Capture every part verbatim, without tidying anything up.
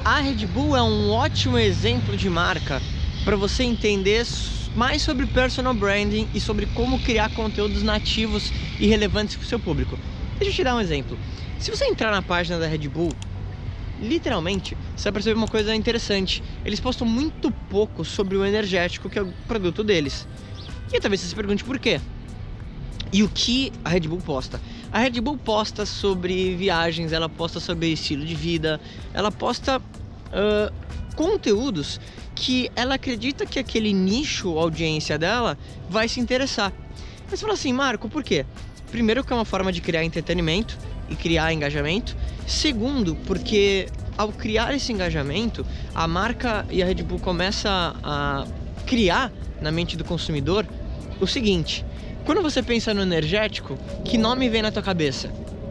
A Red Bull é um ótimo exemplo de marca para você entender mais sobre personal branding e sobre como criar conteúdos nativos e relevantes para o seu público. Deixa eu te dar um exemplo. Se você entrar na página da Red Bull, literalmente, você vai perceber uma coisa interessante. Eles postam muito pouco sobre o energético, que é o produto deles. E talvez você se pergunte por quê. E o que a Red Bull posta? A Red Bull posta sobre viagens, ela posta sobre estilo de vida, ela posta uh, conteúdos que ela acredita que aquele nicho, a audiência dela, vai se interessar. Mas você fala assim, Marco, por quê? Primeiro, que é uma forma de criar entretenimento e criar engajamento. Segundo, porque ao criar esse engajamento, a marca e a Red Bull começa a criar na mente do consumidor o seguinte: quando você pensa no energético, que nome vem na tua cabeça?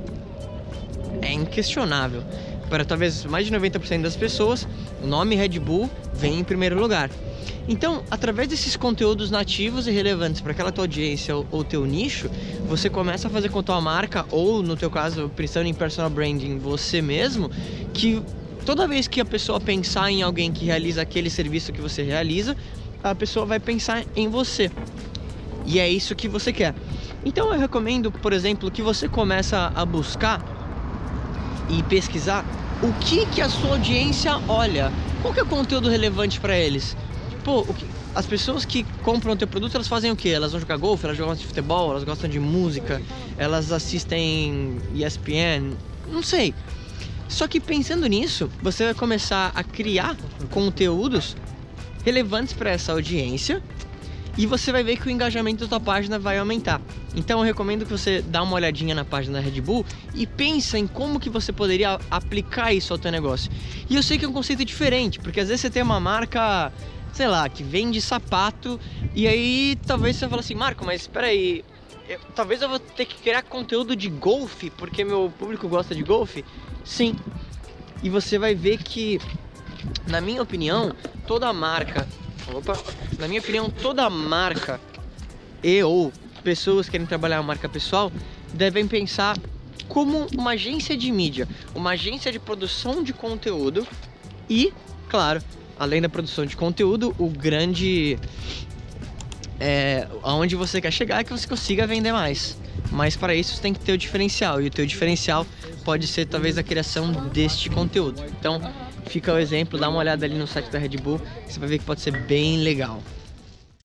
É inquestionável. Para talvez mais de noventa por cento das pessoas, o nome Red Bull vem em primeiro lugar. Então, através desses conteúdos nativos e relevantes para aquela tua audiência ou, ou teu nicho, você começa a fazer com a tua marca, ou no teu caso, pensando em personal branding, você mesmo, que toda vez que a pessoa pensar em alguém que realiza aquele serviço que você realiza, a pessoa vai pensar em você. E é isso que você quer. Então eu recomendo, por exemplo, que você comece a buscar e pesquisar o que, que a sua audiência olha. Qual que é o conteúdo relevante para eles? Pô, o que, as pessoas que compram o teu produto, elas fazem o quê? Elas vão jogar golfe, elas gostam de futebol, elas gostam de música, elas assistem E S P N, não sei. Só que pensando nisso, você vai começar a criar conteúdos relevantes para essa audiência e você vai ver que o engajamento da tua página vai aumentar. Então eu recomendo que você dá uma olhadinha na página da Red Bull e pensa em como que você poderia aplicar isso ao teu negócio. E eu sei que é um conceito diferente, porque às vezes você tem uma marca, sei lá, que vende sapato, e aí talvez você fale assim, Marco, mas espera aí, eu, talvez eu vou ter que criar conteúdo de golfe, porque meu público gosta de golfe. Sim, e você vai ver que, na minha opinião, toda marca, opa, na minha opinião, toda marca e ou pessoas que querem trabalhar a marca pessoal devem pensar como uma agência de mídia, uma agência de produção de conteúdo e, claro, além da produção de conteúdo, o grande é, aonde você quer chegar é que você consiga vender mais. Mas para isso você tem que ter o diferencial, e o teu diferencial pode ser talvez a criação deste conteúdo. Então fica o exemplo, dá uma olhada ali no site da Red Bull, você vai ver que pode ser bem legal.